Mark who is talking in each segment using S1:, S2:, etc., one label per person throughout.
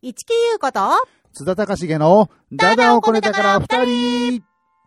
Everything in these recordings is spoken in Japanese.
S1: 市木優子と
S2: 津田隆重のダダをこねたから二人。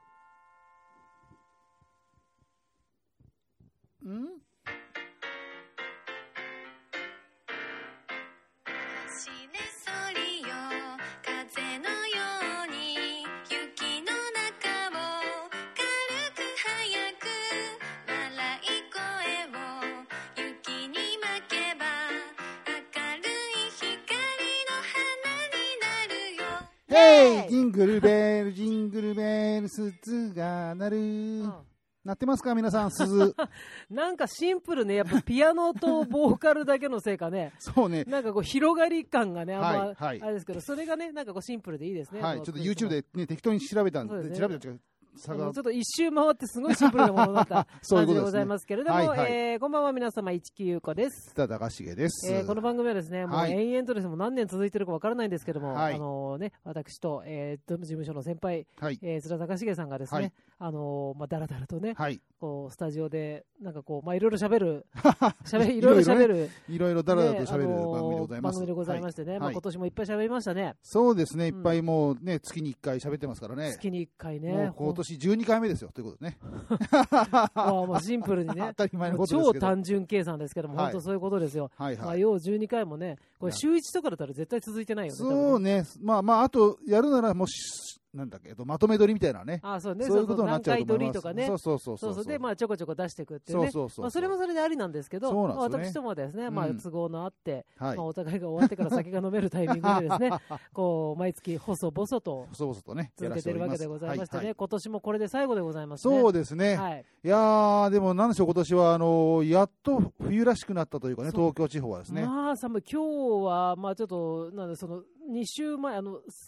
S2: ジングルベルジングルベル鈴が鳴る、鳴ってますか皆さん。鈴
S3: なんかシンプルね、やっぱピアノとボーカルだけのせいかね
S2: そうね、
S3: なんかこう広がり感がねあんま、
S2: はい、
S3: あれですけど、それがねなんかこうシンプルでいいですね。
S2: はい、ちょっと YouTube で、ね、適当に調べたんで、
S3: ね、
S2: 調べた違う
S3: ちょっと一周回ってすごいシンプルなものだった感じでございますけれども、こんばんは皆様、市木優子です。
S2: 津田隆重です。
S3: この番組はですね、もう延々とですね、もう何年続いてるかわからないんですけども、私と、事務所の先輩、津田隆重さんがですね、だらだらとね、こうスタジオでなんかこういろいろ喋るいろいろ喋る
S2: いろいろだらだらと喋る番組で
S3: ございましてね、今年もいっぱい喋りましたね。
S2: そうですね、いっぱいもうね、月に1回喋ってますからね。
S3: 月に1回ね、
S2: 今年12回目ですよということでね。
S3: もうシンプルにね、
S2: 当たり前のことですけど、
S3: 超単純計算ですけども、本当そういうことですよ。要12回もね、これ週1とかだったら絶対続いてないよね。
S2: そうね、あとやるならもうなんだっけ、まとめ撮りみたいなね。
S3: そうね、
S2: そういうことになっちゃうと思います。
S3: 何回撮りとかね。そうでちょこちょこ出していくってね。それもそれでありなんですけど、私どもはですね、都合のあって、お互いが終わってから酒が飲めるタイミングでですね、こう毎月細々と続けてるわけでございましてね、今年もこれで最後でございますね。
S2: そうですね。いやー、でもなんでしょう、今年はやっと冬らしくなったというかね、東京地方はですね。
S3: 寒い。今日はそちょっとなんでその2週前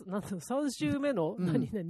S3: 3週目の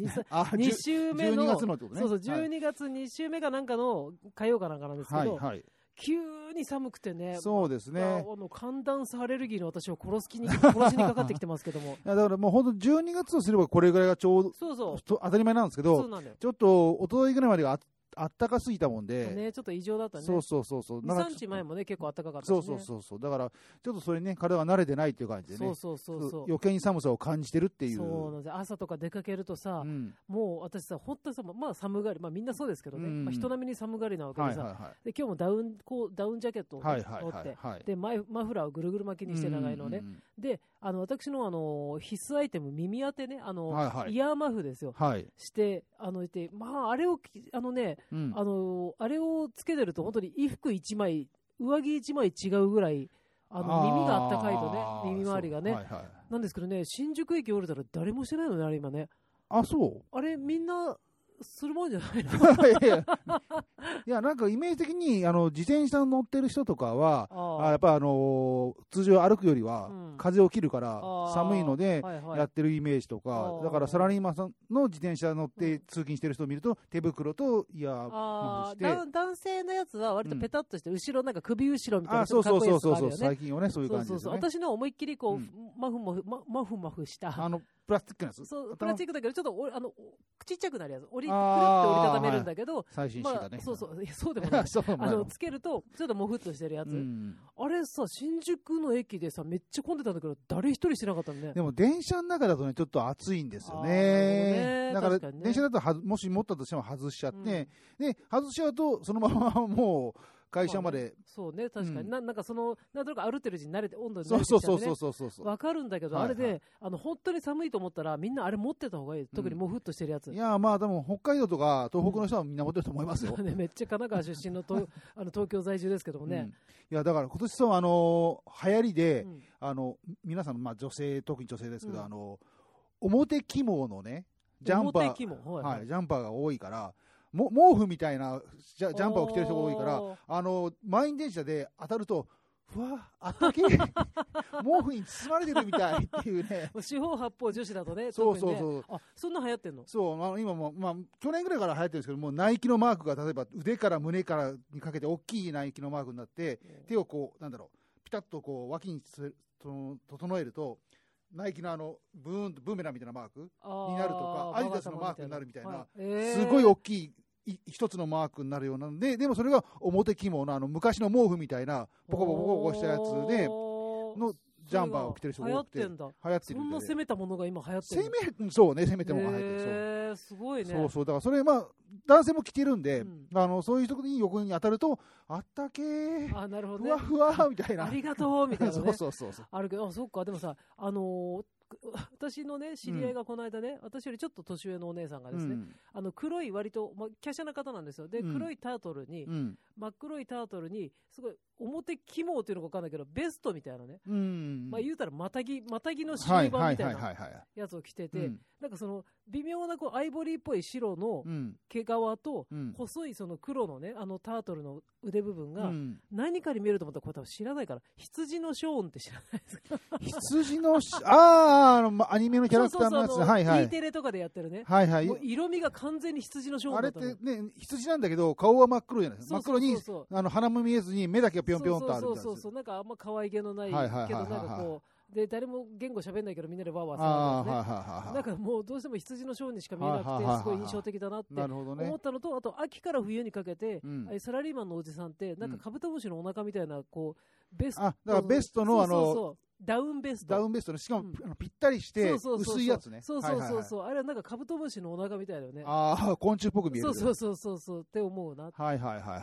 S3: 2週目の
S2: 12月のってことね。
S3: そう12月2週目かなんかの火曜かなんかなんですけど、急に寒くてね。
S2: そうですね。
S3: 寒暖差アレルギーの私を殺しにかかってきてますけども。
S2: だからもう本当12月とすればこれぐらいがちょうど当たり前なんですけど、ちょっと一昨日ぐらいまでがあったかすぎたもんで、
S3: ね、ちょっと異常だったね。
S2: そう。
S3: 2、3日前もね、結構あったかかったしね。
S2: そう。だから、ちょっとそれね、体が慣れてないっていう感じでね。余計に寒さを感じてるっていう。
S3: そうなんです。朝とか出かけるとさ、もう私さ、本当にさ、寒がり、みんなそうですけどね、人並みに寒がりなわけでさ、で今日もダウンジャケットを持って、で、マフラーをぐるぐる巻きにして長いのね。で、私の必須アイテム、耳当てね、イヤーマフですよ。して、いて、あれを、あれをつけてると本当に衣服1枚、上着1枚違うぐらい、耳があったかいとね、耳周りがね。なんですけどね、新宿駅降りたら誰もしてないのね、あれ今ね。あれみんな、するもんじゃないの
S2: いやなんかイメージ的に自転車乗ってる人とかはやっぱ通常歩くよりは風を切るから寒いのでやってるイメージとか、だからサラリーマンさんの自転車乗って通勤してる人を見ると手袋とイヤーマフして、
S3: 男性のやつは割とペタッとして後ろなんか首後ろみたいな、
S2: そう最近はねそういう感じですね。
S3: 私の思いっきりこうマフした
S2: プラスチックのやつ。
S3: プラスチックだけどちょっとちっちゃくなるやつ。くるって折りたためるんだけど、
S2: 最新式だね。
S3: そうでもない。つけるとちょっともふっとしてるやつ。あれさ、新宿の駅でさめっちゃ混んでたんだけど誰一人してなかったね。
S2: でも電車の中だとねちょっと暑いんですよね。だから電車だともし持ったとしても外しちゃって、で外しちゃうとそのままもう会社まで、
S3: そうね、確かに、なんかそのなんとなく歩ってるうちに慣れて温度に慣れてきたね。そうわかるんだけど、あれで本当に寒いと思ったらみんなあれ持ってた方がいい。特にもふっとしてるやつ。
S2: いや多分北海道とか東北の人はみんな持ってると思いますよ。
S3: めっちゃ神奈川出身の東京在住ですけどもね。
S2: いやだから今年は流行りで皆さんの女性、特に女性ですけど表起毛のねジャンパーが多いから。毛布みたいなジャンパーを着てる人が多いから満員電車で当たるとふわあったけ毛布に包まれてるみたいっていうね。
S3: 四方八方女子だとね。
S2: そう。
S3: そんな流行ってんの？
S2: そう、今も去年ぐらいから流行ってるんですけども、ナイキのマークが例えば腕から胸からにかけて大きいナイキのマークになって、手をこうピタッとこう脇に整えると。ナイキのブーメランみたいなマークになるとか、アディダスのマークになるみたいな、すごい大きい一つのマークになるようなので、でもそれが表起毛の昔の毛布みたいなポコポコしたやつでのジャンパーを着てる人が多くて。
S3: 流行ってんだ。流行ってる。そんな攻めたものが今流行ってる。
S2: そうね、攻めたものが流行ってる。
S3: すごいね。
S2: そうそう。だからそれ、まあ、男性も着てるんで、そういう人に横に当たると、あったけー。
S3: あ、なるほどね。
S2: ふわふわみたいな。
S3: ありがとうみたいなね。
S2: そう。
S3: あるけど、あ、そっか。でもさ、私のね、知り合いがこの間ね、私よりちょっと年上のお姉さんがですね、黒い割と、華奢な方なんですよ。で、黒いタートルに、真っ黒いタートルに、すごい、表肝っていうのか分かんないけど、ベストみたいなね。言うたら、またぎのシルバーみたいなやつを着てて、なんかその、微妙なアイボリーっぽい白の毛皮と、細いその黒のね、タートルの腕部分が、何かに見えると思ったら、これ多分知らないから、羊のショーンって知らないですか？
S2: 羊のアニメのキャラクターのやつ、はいはい。
S3: E テレとかでやってるね。
S2: はいはい。
S3: もう色味が完全に羊のショーンだった。
S2: あれってね、羊なんだけど、顔は真っ黒じゃないですか。真っ黒に、鼻も見えずに、目だけがぴょんぴょんとあるみたいな。
S3: そう、なんかあんま可愛げのない、けどなんかこう、で、誰も言語喋んないけどみんなでワーワー騒ぐね。なんかもうどうしても羊のショーにしか見えなくて、すごい印象的だなって思ったのと、あと秋から冬にかけて、サラリーマンのおじさんって、なんかカブトムシのお腹みたいな、こう、ベスト。
S2: だからベストの
S3: ダウンベスト。
S2: ダウンベストね。しかも、ぴったりして、薄いやつね。
S3: そう。あれはなんかカブトムシのお腹みたいだよね。
S2: 昆虫っぽく見える。
S3: そうって思うな。
S2: はい。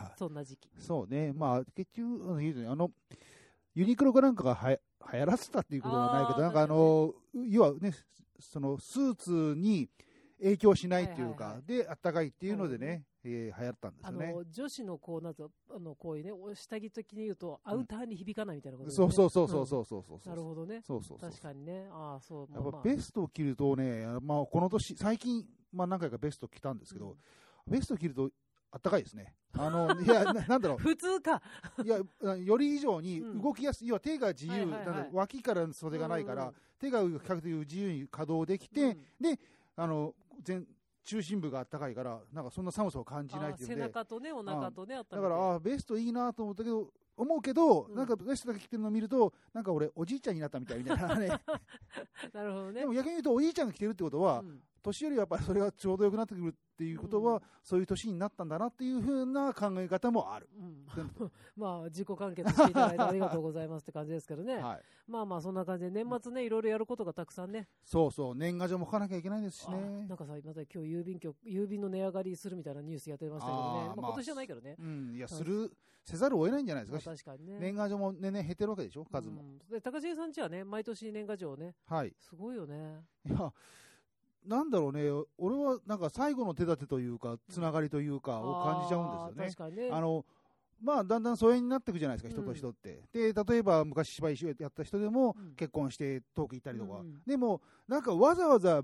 S3: そんな時期。
S2: そうね。まあ、結局、ユニクロかなんかが流行らせたっていうことはないけど、なんか要はね、そのスーツに影響しないっていうか、で、あったかいっていうのでね、流行ったんですよね。
S3: 女子のこう、なんか、こういうね、下着的に言うと、アウターに響かないみたいなことです
S2: ね。そう。
S3: なるほどね。
S2: そう。
S3: 確かにね。そう。
S2: やっぱベストを着るとね、まあ、この年、最近、まあ何回かベスト着たんですけど、ベスト着ると、あったかいですね。いや、なんだろう。
S3: 普通か。
S2: いや、より以上に動きやすい、要は手が自由、脇から袖がないから、手が比較的自由に稼働できて、で、中心部があったかいから、なんかそんな寒さを感じないっていうので。
S3: 背中とね、お腹とね、あった
S2: だから、ベストいいなと思ったけど、なんかベストだけ着てるのを見ると、なんか俺、おじいちゃんになったみたいなね。
S3: なるほどね。
S2: でも逆に言うと、おじいちゃんが着てるってことは、年よりやっぱりそれがちょうどよくなってくるっていうことは、そういう年になったんだなっていうふうな考え方もある。
S3: まあ、自己完結していただいてありがとうございますって感じですけどね。まあ、そんな感じで、年末ね、いろいろやることがたくさんね。
S2: そう、年賀状も書かなきゃいけないですしね。
S3: なんかさ、また今日郵便の値上がりするみたいなニュースやってましたけどね。今年じゃないけどね。
S2: いや、せざるを得ないんじゃないですか。
S3: 確かにね。
S2: 年賀状も年々減ってるわけでしょ、数も。
S3: で、高重さんちはね、毎年年賀状ね。すごいよね。
S2: いや、なんだろうね、俺はなんか最後の手立てというか、つながりというかを感じちゃうんですよね。
S3: 確かにね。
S2: まあ、だんだん疎遠になっていくじゃないですか、人と人って。で、例えば昔芝居やった人でも結婚して遠く行ったりとか。でも、なんかわざわざ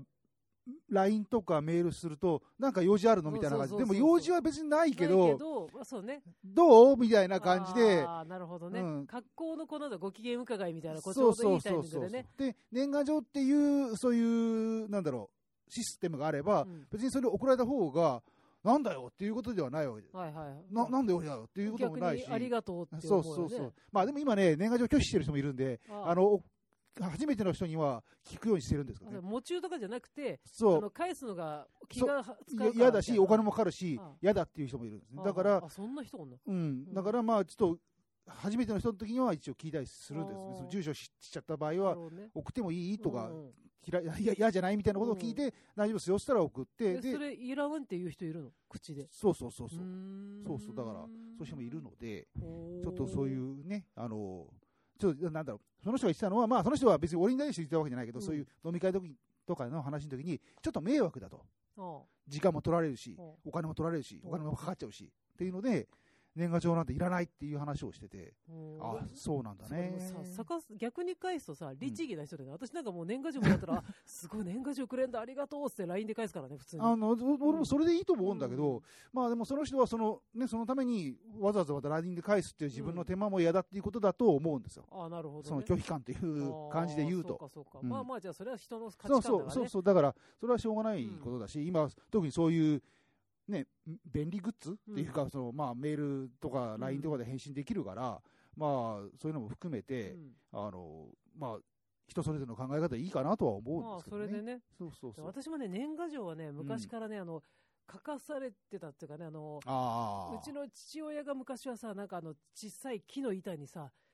S2: LINE とかメールすると、なんか用事あるのみたいな感じ。でも用事は別にないけど、どうみたいな感じで。
S3: なるほどね。格好のこのご機嫌伺いみたいな、こちょうどいいタイミングでね。
S2: で、年賀状っていう、そういう、なんだろう、システムがあれば、別にそれを送られた方が、なんだよっていうことではないわけです。なんで俺だよっていうこともないし。
S3: ありがとうって思うよね。
S2: そう。まあでも今ね、年賀状拒否してる人もいるんで、初めての人には聞くようにしてるんですからね。
S3: 喪中とかじゃなくて、返すのが気が使うから
S2: 嫌だし、お金もかかるし、嫌だっていう人もいるんですね。だから、
S3: そんな人
S2: だからまあちょっと、初めての人の時には一応聞いたりするんですね。住所しちゃった場合は、送ってもいいとか、嫌じゃないみたいなことを聞いて、大丈夫ですよ、したら送って。
S3: それいらんっていう人いるの？口で。
S2: そう。だから、そういう人もいるので、ちょっとそういうね、ちょっとなんだろう、その人が言ってたのは、まあその人は別に俺に対して言ったわけじゃないけど、そういう飲み会とかの話の時に、ちょっと迷惑だと。時間も取られるし、お金も取られるし、お金もかかっちゃうし、っていうので、年賀状なんていらないっていう話をしてて、そうなんだね。
S3: 逆に返すとさ、律儀な人でね、私なんかもう年賀状もらったら、すごい年賀状くれんだ、ありがとうって LINE で返すからね、普通に。
S2: 俺もそれでいいと思うんだけど、まあでもその人はそのためにわざわざまた LINE で返すっていう自分の手間も嫌だっていうことだと思うんですよ。
S3: なるほど。
S2: その拒否感っていう感じで言うと。
S3: そうか。まあじゃあそれは人の価値観だからね。
S2: そう。だから、それはしょうがないことだし、今、特にそういう、ね、便利グッズっていうか、まあ、メールとか LINE とかで返信できるから、まあ、そういうのも含めて、まあ、人それぞれの考え方でいいかなとは思うんですけどね。
S3: それでね。
S2: そう。
S3: 私もね、年賀状はね、昔からね、書かされてたっていうかね、うちの父親が昔はさ、なんか小さい木の板にさ、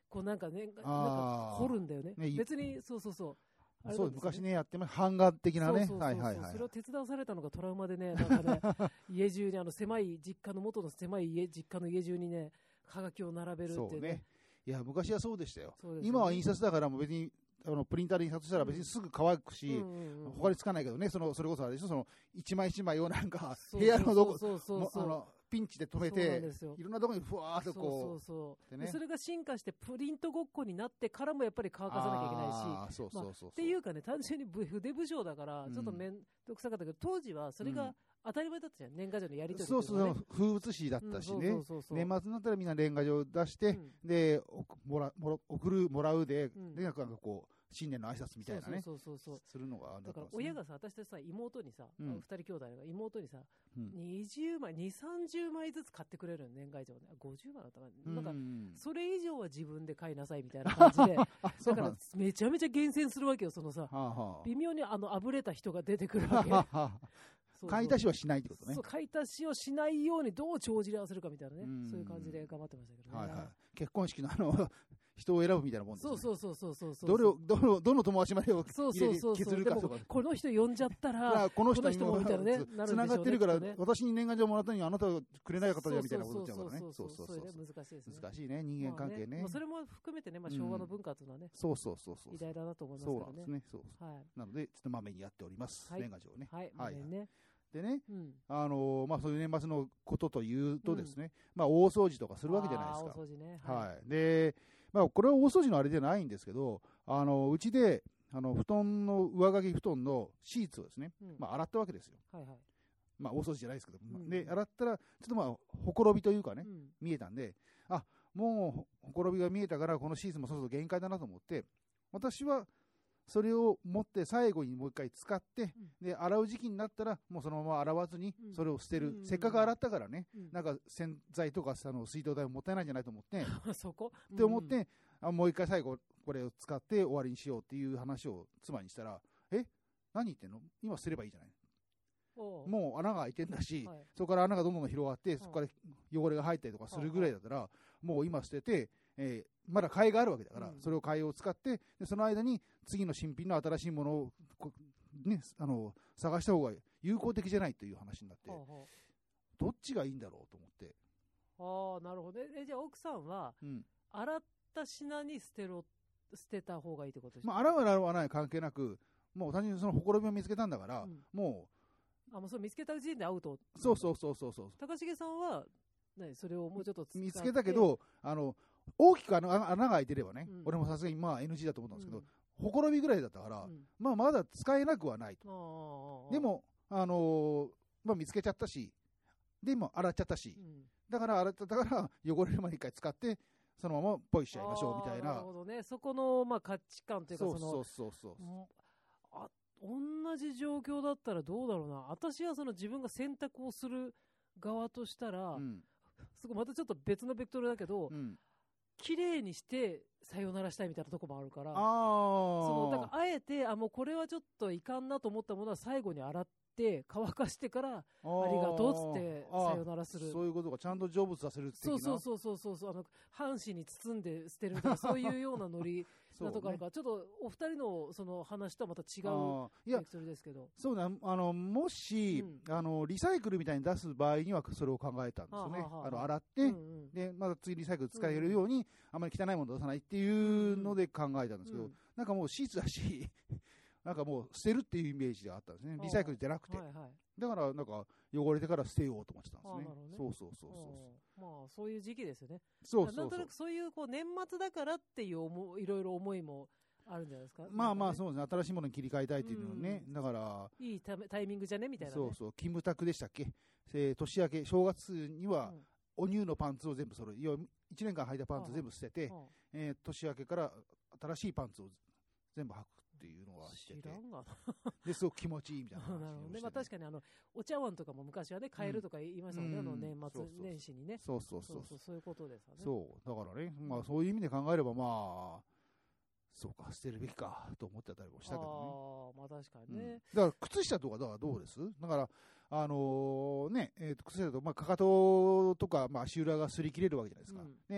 S3: こうなんか掘るんだよね。別に、そう。
S2: そう、昔ね、やってます。版画的なね。はい。
S3: それを手伝わされたのがトラウマでね、なんかね、家中に狭い元の狭い実家の家中にね、はがきを並べるっていうね。
S2: いや、昔はそうでしたよ。今は印刷だからもう別に、プリンターで印刷したら別にすぐ乾くし、他につかないけどね、それこそあれでしょ、一枚一枚をなんか、部屋のどこ、ピンチで止めて、いろんなところにふわーっとこう。
S3: それが進化してプリントごっこになってからもやっぱり乾かさなきゃいけないし、っていうかね、単純に筆不精だから、ちょっとめんどくさかったけど、当時はそれが当たり前だったじゃん、年賀状のやり取り。
S2: 風物詩だったしね。年末になったらみんな年賀状を出して、で、もらうで、なんかこう、新年の挨拶みたいなね。するのが。
S3: だから親がさ、私とさ、妹にさ、二人兄弟が妹にさ、20枚、2、30枚ずつ買ってくれるの、年賀状ね。50枚だったかな。なんか、それ以上は自分で買いなさいみたいな感じで。だから、めちゃめちゃ厳選するわけよ、そのさ。微妙にあぶれた人が出てくるわけ。
S2: 買い足しはしないってことね。
S3: 買い足しをしないようにどう帳尻合わせるかみたいなね。そういう感じで頑張ってましたけどね。
S2: 結婚式の人を選ぶみたいなもんですね。
S3: そう。
S2: どの友達までを削るかとか。
S3: この人呼んじゃったら、
S2: この人もみたいなね。繋がってるから、私に年賀状もらったのにあなたはくれない方じゃみたいなことになっちゃうからね。
S3: そう。難しいですね。
S2: 難しいね、人間関係ね。
S3: それも含めてね、昭和の文化というのはね。
S2: そう。
S3: 偉大だなと思いますけどね。
S2: そうですね。なので、ちょっとまめにやっております。年賀状ね。
S3: はい。
S2: でね、そういう年末のことというとですね、大掃除とかするわけじゃないですか。
S3: 大掃除ね。
S2: で、これは大掃除のあれじゃないんですけど、うちで、上掛け布団のシーツをですね、洗ったわけですよ。大掃除じゃないですけど、で、洗ったら、ちょっとほころびというかね、見えたんで、もう、ほころびが見えたから、このシーツもそろそろ限界だなと思って、私は、それを持って最後にもう一回使って、で、洗う時期になったら、もうそのまま洗わずに、それを捨てる。せっかく洗ったからね、なんか洗剤とか水道代もったいないんじゃないと思って、って思って、もう一回最後、これを使って終わりにしようっていう話を妻にしたら、何言ってんの？今捨てればいいじゃない。もう穴が開いてんだし、そこから穴がどんどん広がって、そこから汚れが入ったりとかするぐらいだったら、もう今捨てて、まだ替えがあるわけだから、それを替えを使って、でその間に次の新品の新しいものを、ね、探した方が有効的じゃないという話になって、どっちがいいんだろうと思って。
S3: なるほど。じゃあ奥さんは、洗った品に捨てた方がいいってことですか？
S2: 洗わない関係なく、もう単純にそのほころびを見つけたんだから、も
S3: うそれ見つけた時点でアウト。
S2: そう。高
S3: 重さんは、それをもうちょっと
S2: 見つけたけど、大きく穴が開いてればね、俺もさすがにNG だと思ったんですけど、ほころびぐらいだったから、まだ使えなくはないと。でも、見つけちゃったし、でも洗っちゃったし、だから汚れるまで一回使って、そのままポイしちゃいましょうみたいな。
S3: なるほどね。そこの、価値観というか、
S2: そう。
S3: 同じ状況だったらどうだろうな。私は自分が選択をする側としたら、またちょっと別のベクトルだけど、綺麗にしてさよならしたいみたいなとこもあるから、だからあえてもうこれはちょっといかんなと思ったものは最後に洗って乾かしてからありがとうっつってさよならする。
S2: そういうことがちゃんと成仏させるっていう。
S3: そう半紙に包んで捨てるとかそういうようなノリなとこあるから、ちょっとお二人のその話とはまた違うベクトルですけど。
S2: そうね、もし、リサイクルみたいに出す場合にはそれを考えたんですよね。洗って、で、まだ次リサイクル使えるように、あんまり汚いもの出さないっていうので考えたんですけど、なんかもうシーツだし、なんかもう捨てるっていうイメージがあったんですね。リサイクルじゃなくて。だからなんか汚れてから捨てようと思ってたんですね。そう。
S3: そういう時期ですよね。
S2: そう
S3: なんとなくそういう年末だからっていういろいろ思いもあるんじゃないですか。
S2: そうですね。新しいものに切り替えたいっていうのね。だから
S3: いいタイミングじゃねみたいな。
S2: キムタクでしたっけ。年明け正月にはお乳のパンツを全部揃え、1年間履いたパンツ全部捨てて、年明けから新しいパンツを全部履くっていうのはしてて、
S3: 知らんがな。
S2: ですごく気持ちいいみたいな話をして、ね。
S3: なるほどね。確かにお茶碗とかも昔はね買えるとか言いましたもんね。年末年始にね。
S2: そう
S3: いうことですよね。
S2: だからね、そういう意味で考えればそうか捨てるべきかと思ってたりもしたけどね。
S3: 確かにね。
S2: だから靴下とかどうです？だから靴下とかかかととか足裏が擦り切れるわけじゃないですか。ね。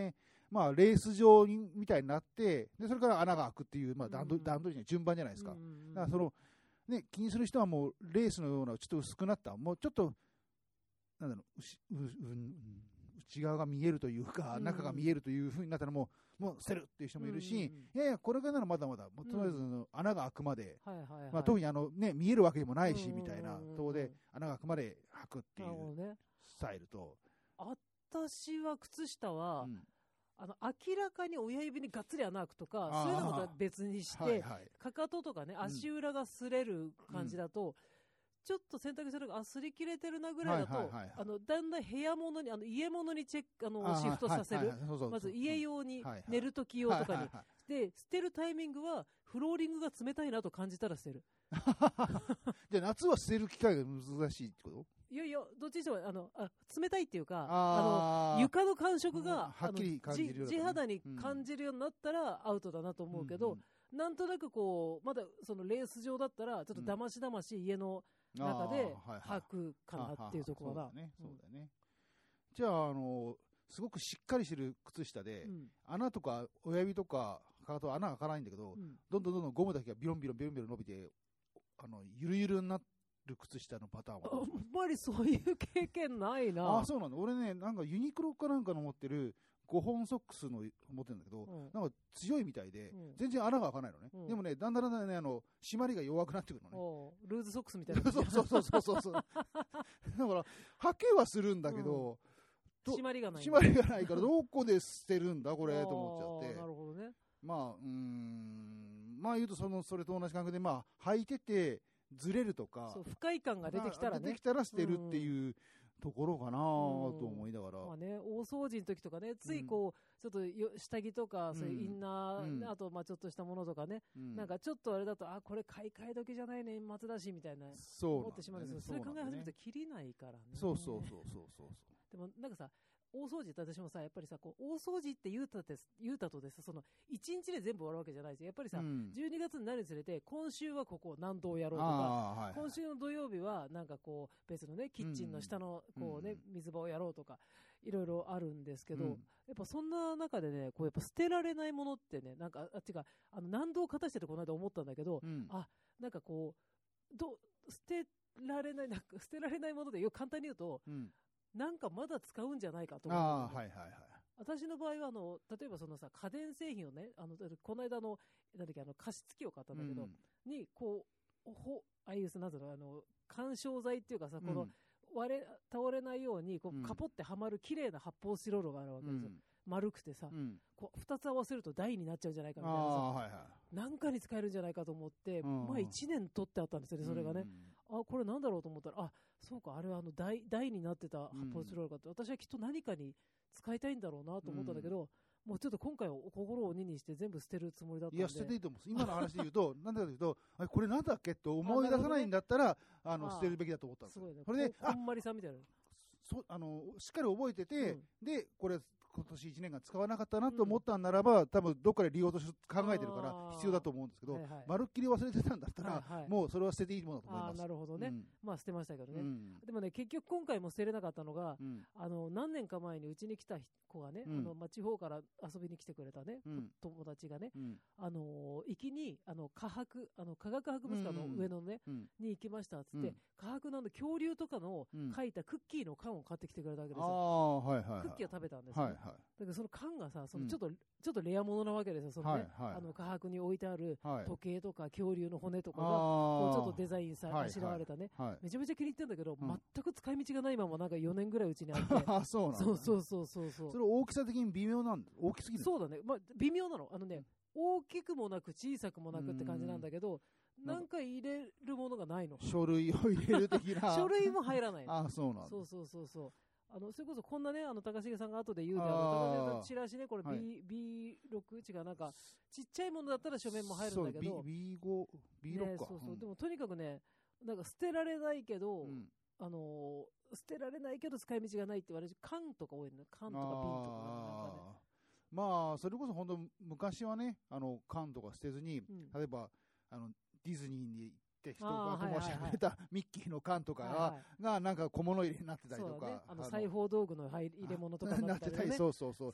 S2: まあ、レース状みたいになって、で、それから穴が開くっていう、まあ、段取りに順番じゃないですか。だからその、ね、気にする人はもう、レースのような、ちょっと薄くなった、もうちょっと、なんだろう、内側が見えるというか、中が見えるという風になったらもう捨てるっていう人もいるし、いやいや、これがならまだまだ、とりあえず穴が開くまで、まあ、特にね、見えるわけでもないし、みたいなところで、穴が開くまで履くっていうスタイルと。
S3: 私は靴下は、明らかに親指にがっつり穴開くとか、そういうのと別にして、かかととかね、足裏が擦れる感じだと、ちょっと洗濯するが擦り切れてるなぐらいだと、だんだん部屋物に、家物にシフトさせる。まず家用に、寝るとき用とかに。で、捨てるタイミングは、フローリングが冷たいなと感じたら捨てる。
S2: じゃあ夏は捨てる機会が難しいってこと？
S3: いやいや、どっちにしても、冷たいっていうか、床の感触が、
S2: はっきり感じるよう
S3: 地肌に感じるようになったらアウトだなと思うけど、なんとなくこう、まだそのレース状だったら、ちょっとだまし家の中で履くかなっていうところが。
S2: そうだね。じゃあ、すごくしっかりしてる靴下で、穴とか親指とかかかと穴が開かないんだけど、どんどんゴムだけがビロンビロン伸びて、ゆるゆるになる靴下のパターンは。
S3: あんまりそういう経験ないな。
S2: そうなんだ。俺ね、なんかユニクロかなんかの持ってる5本ソックスの持ってるんだけど、なんか強いみたいで、全然穴が開かないのね。でもね、だんだんね、締まりが弱くなってくるの
S3: ね。ルーズソックスみたいな。
S2: そう。だから、履けはするんだけど、
S3: 締まりがない
S2: から、どこで捨てるんだ、これ、と思っちゃって。
S3: なるほどね。
S2: まあ言うとそれと同じ感覚で、まあ、履いてて、ずれるとか、
S3: 不快感が出てきたらね。
S2: 出てきたら捨てるっていうところかなと思いながら。
S3: まあね、大掃除の時とかね、ついこう、ちょっと下着とか、そういうインナー、あと、まあちょっとしたものとかね、なんかちょっとあれだと、これ買い替え時じゃないね、年末だし、みたいな、思ってしまうんですけど、それ考え始めるときりないからね。
S2: そう。
S3: でもなんかさ、大掃除って私もさ、やっぱりさ、こう大掃除って言うたとですその1日で全部終わるわけじゃないし、やっぱりさ、12月になるにつれて、今週はここ何度をやろうとか、今週の土曜日はなんかこう別のね、キッチンの下のこうね、水場をやろうとか、いろいろあるんですけど、やっぱそんな中でね、こうやっぱ捨てられないものってね、なんか違う、何度を片しててこの間思ったんだけど、なんかこう捨てられないもので簡単に言うと。なんかまだ使うんじゃないかと思う、私の場合は例えばそのさ家電製品をねこの間なんだっけ加湿器を買ったんだけど、にこうああいうなんていうの緩衝材っていうかさ、この倒れないようにこうカポってはまる綺麗な発泡スチロールがあるわけですよ。丸くてさ、こう2つ合わせると台になっちゃうんじゃないかみたいなさ、なんかに使えるんじゃないかと思って、1年取ってあったんですよね、それがね。これなんだろうと思ったら、そうか、あれは台になってた発泡スチロールかって、私はきっと何かに使いたいんだろうなと思ったんだけど、もうちょっと今回は心を鬼にして全部捨てるつもりだったんで。
S2: いや、捨てていいと思う。今の話で言うと、なんでかというと、これなんだっけと思い出さないんだったら、捨てるべきだと思ったんですよ。
S3: それで、こんまりさんみたいな。
S2: しっかり覚えてて、で、これ、今年1年間使わなかったなと思ったんならば、多分どっかで利用として考えてるから必要だと思うんですけど、まるっきり忘れてたんだったら、もうそれは捨てていいものだと思います。
S3: なるほどね。まあ捨てましたけどね。でもね、結局今回も捨てれなかったのが、何年か前にうちに来た子がね、地方から遊びに来てくれたね、友達がね、行きに科学博物館の上のね、に行きましたっつって、科博の恐竜とかの書いたクッキーの缶を買ってきてくれたわけですよ。クッキーを食べたんですよ。だけどその缶がさ、ちょっとレアものなわけですよ。そのね、科博に置いてある時計とか恐竜の骨とかがこうちょっとデザインあしらわれたね、めちゃめちゃ気に入ってるんだけど、全く使い道がないままなんか4年ぐらいうちにあって。
S2: そうなんだ。
S3: そう。
S2: それ大きさ的に微妙なんだ。大きすぎる。
S3: そうだね。まあ微妙なの。大きくもなく小さくもなくって感じなんだけど、なんか入れるものがないの。
S2: 書類を入れる的な。
S3: 書類も入らないの。
S2: そうなんだ。
S3: そう。それこそこんなね、高重さんが後で言うで高重さんチラシね、これ B6 違う、なんか、ちっちゃいものだったら書面も入るんだけど。
S2: B5、B6 か。
S3: そう。でもとにかくね、なんか捨てられないけど、捨てられないけど使い道がないって言われる缶とか多いの。缶とか瓶とかなんかね。
S2: まあ、それこそ本当昔はね、缶とか捨てずに、例えば、ディズニーに行っって人が友達がくれたミッキーの缶とかがなんか小物入れになってたりとか、
S3: 裁縫道具の入れ物とか
S2: なってたり、そうそうそう、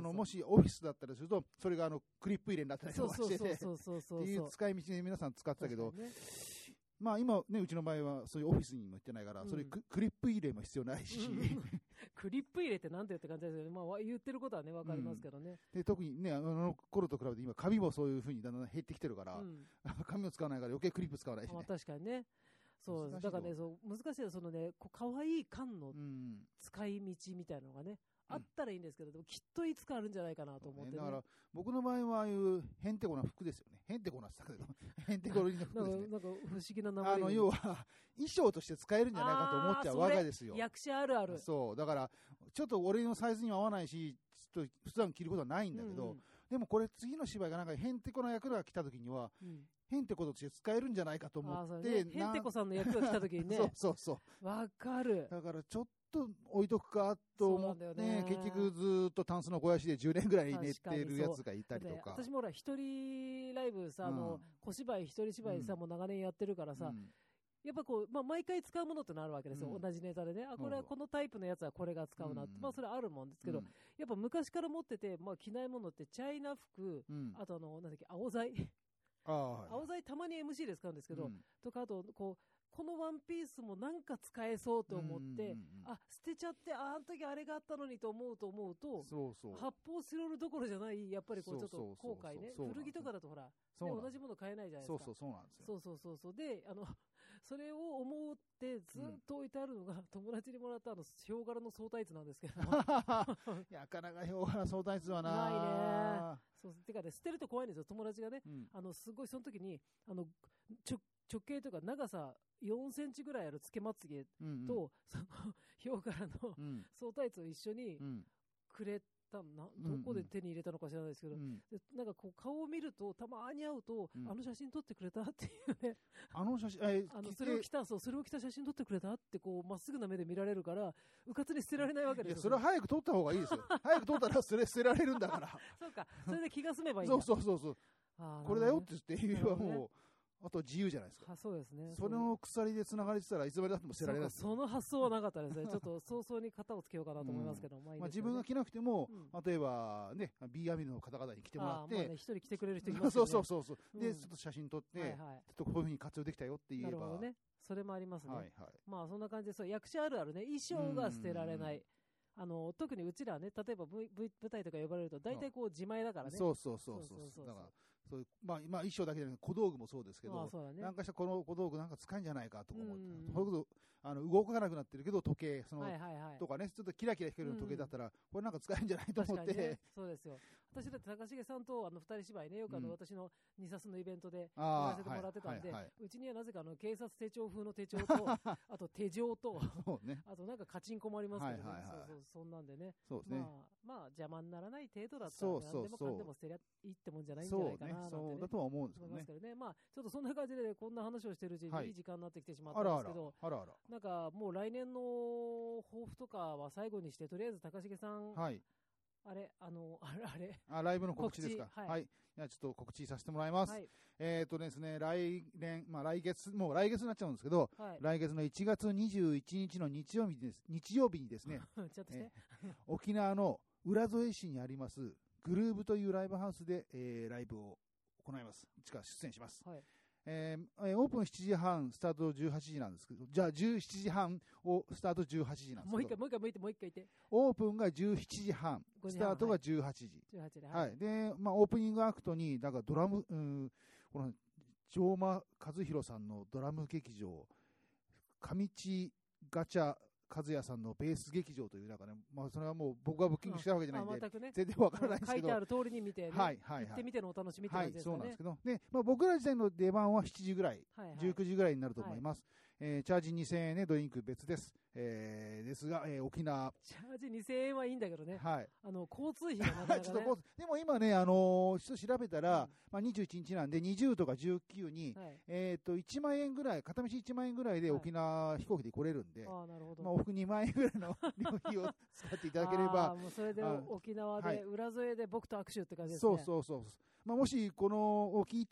S2: もしオフィスだったりするとそれがクリップ入れになったりとかしててっていう使い道で皆さん使ってたけど、まあ今ね、うちの場合はそういうオフィスにも行ってないから、それクリップ入れも必要ないし、
S3: クリップ入れってなんてって感じですけど、まあ言ってることはね分かりますけどね。
S2: で特にね、頃と比べて今紙もそういう風にだんだん減ってきてるから、紙を使わないから余計クリップ使わないしね。
S3: 確かにね。そうだからね、そう難しいのはそのね、可愛い缶の使い道みたいなのがね。あったらいいんですけど、でもきっといつかあるんじゃないかなと思って、ね、
S2: だから僕の場合はああいうへんてこな服ですよね。へんてこなって言ったけど、へんてこの服ですね。
S3: なんか不思議な名前。
S2: 要は衣装として使えるんじゃないかと思っちゃうわけですよ。
S3: 役者あるある。
S2: そうだからちょっと俺のサイズには合わないし、ちょっと普段着ることはないんだけど、でもこれ次の芝居がなんかへんてこな役が来た時には。へんてことして使えるんじゃないかと思って、
S3: へんてこさんの役が来た時にね。
S2: そう
S3: わかる。
S2: だからちょっと置いとくかと思って、結局ずっとタンスの肥やしで10年ぐらい寝てるやつがいたりとか。
S3: 私もほら一人ライブさ、小芝居一人芝居さ、もう長年やってるからさ、やっぱこう、毎回使うものってなるわけですよ、同じネタでね。これはこのタイプのやつはこれが使うなって、それあるもんですけど、やっぱ昔から持ってて、着ないものってチャイナ服、あとなんだっけ、青材。青材たまに MC で使うんですけど、とかあとこのワンピースもなんか使えそうと思って、捨てちゃってあの時あれがあったのにと思うと発泡スチロールどころじゃないやっぱりこうちょっと後悔ね。古着とかだとほら同じもの買えないじゃないですか。
S2: そうなんですよ。
S3: そうでそれを思ってずっと置いてあるのが、友達にもらったヒョウ柄の総タイツなんですけどな
S2: かなかヒョウ柄総タイツは
S3: ないね。そうてかね、捨てると怖いんですよ。友達がね、すごいその時に直径とか長さ4センチぐらいあるつけまつげと、そのヒョウ柄の総タイツを一緒にくれどこで手に入れたのか知らないですけど、なんかこう顔を見るとたまに会うと、写真撮ってくれたっていうね、
S2: 写真
S3: それを着た写真撮ってくれたってこうまっすぐな目で見られるからうかつに捨てられないわけですよ。
S2: それは早く撮った方がいいですよ。早く撮ったらそれ捨てられるんだから
S3: そうか、それで気が済めばいいんだ。
S2: そうこれだよって言って言えばもうあと自由じゃないですか。
S3: そうですね。
S2: それの鎖でつながれてたらいつまでだっても捨てられない。
S3: その発想はなかったですね。ちょっと早々に型をつけようかなと思いますけど、
S2: 自分が着なくても、例えばね、ビーアミの方々に来てもらって、
S3: 一人来てくれる人いますよね。
S2: そうでちょっと写真撮って、ちょっとこういうふうに活用できたよって言えば。なるほどね。
S3: それもありますね。まあそんな感じで、役者あるあるね、衣装が捨てられない。特にうちらはね、例えば舞台とか呼ばれると大体こう自前だからね。
S2: そうだからそういう衣装だけじゃなくて小道具もそうですけど、なんかしたこの小道具なんか使えんじゃないかと思って、そういうこと動かなくなってるけど時計とかね、ちょっとキラキラ光る時計だったらこれなんか使えんじゃないと思って。
S3: そうですよ。私だって高重さんと二人芝居ね、よく私の2冊のイベントでやらせてもらってたんで、うちにはなぜか警察手帳風の手帳とあと手錠とあとなんかカチンコもありますけどね。そんなんでね、まあ邪魔にならない程度だったら何でもかんでも捨てりゃいいってもんじゃないんじゃないかな。
S2: そうだとは思うんですけどね。
S3: まあちょっとそんな感じでこんな話をしてるうちにいい時間になってきてしまったんですけど、なんかもう来年の抱負とかは最後にして、とりあえず高重さん、あれ
S2: ライブの告知ですか。はい。じゃあちょっと告知させてもらいます。ですね、来月になっちゃうんですけど、来月の1月21日の日曜日にですね、沖縄の浦添市にありますグルーブというライブハウスでライブを行います。出演します。オープン7時半、スタート18時なんですけど、じゃあ17時半をスタート18時なんですけど、
S3: もう一回言って。
S2: オープンが17時半、スタートが18時。で、オープニングアクトに、なんかドラム、この、城間和弘さんのドラム劇場、上地ガチャ和也さんのベース劇場という、なんかね、それはもう僕がブッキングしたわけじゃないんで、全然わからないんですけど、
S3: 書いてある通りに見て、行ってみてのお楽しみって感じですね。
S2: そうなんですけど、で、僕ら時代の出番は7時ぐらい、19時ぐらいになると思います。チャージ2000円ね、ドリンク別です。ですが、沖縄。
S3: チャージ2000円はいいんだけどね。交通費がなかなかね。
S2: でも今ね、ちょっと調べたら、21日なんで、20とか19に、1万円ぐらい、片道1万円ぐらいで沖縄飛行機で来れるんで、往復2万円ぐらいの旅費を使っていただければ。
S3: もうそれで沖縄で、浦添で僕と握手って感じですね。
S2: そう。もしこのを聞いて、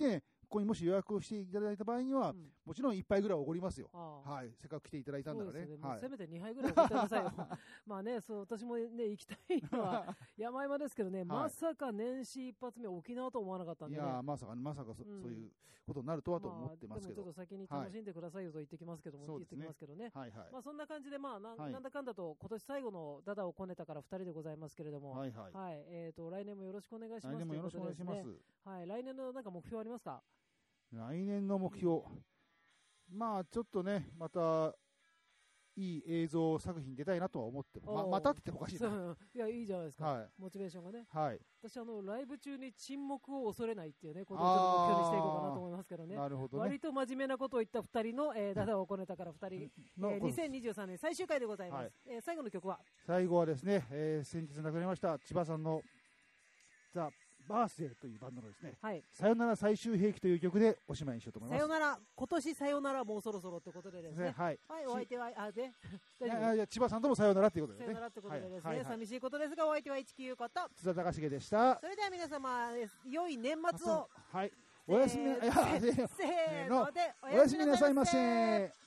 S2: ここにもし予約をしていただいた場合には、もちろん1杯ぐらいおごりますよ。はい。せっかく来ていただいたんだからね。
S3: せめて2杯ぐらいおごってくださいよ。まあね、そう、私もね、行きたいのは山々ですけどね、まさか年始一発目沖縄と思わなかったんでね。いや、
S2: まさかそういうことになるとはと思ってますけど。
S3: でもちょっと先に楽しんでくださいよと言ってきますけども、言ってきますけどね。はいはい。まあそんな感じで、まあなんだかんだと今年最後のダダをこねたから2人でございますけれども、はいはい。はい。来年もよろしくお願いします。来年もよろしくお願いします。はい。来年のなんか目標ありますか？
S2: 来年の目標。まあちょっとね、また、いい映像作品出たいなとは思ってまたって言っておかしいな。
S3: いや、いいじゃないですか。はい、モチベーションがね。はい。私、ライブ中に沈黙を恐れないっていうね、ことをちょっと目標にしていこうかなと思いますけどね。なるほどね。割と真面目なことを言った2人の、ダダをこねたから2人、2023年最終回でございます。はい、最後の曲は？
S2: 最後はですね、先日亡くなりました、千葉さんのザ・バースデーというバンドのですね、はい、さよなら最終兵器という曲でおしまいにしようと思います。
S3: さよなら、今年さよならもうそろそろってことでですね。はい。はい、お相手は、
S2: いや、千葉さんともさよならっていうことですね。
S3: さよならってことでですね、寂しいことですが、お相手は市木優子と
S2: 津田隆重でした。
S3: それでは皆様、良い年末を。
S2: はい。おやすみなさいませ。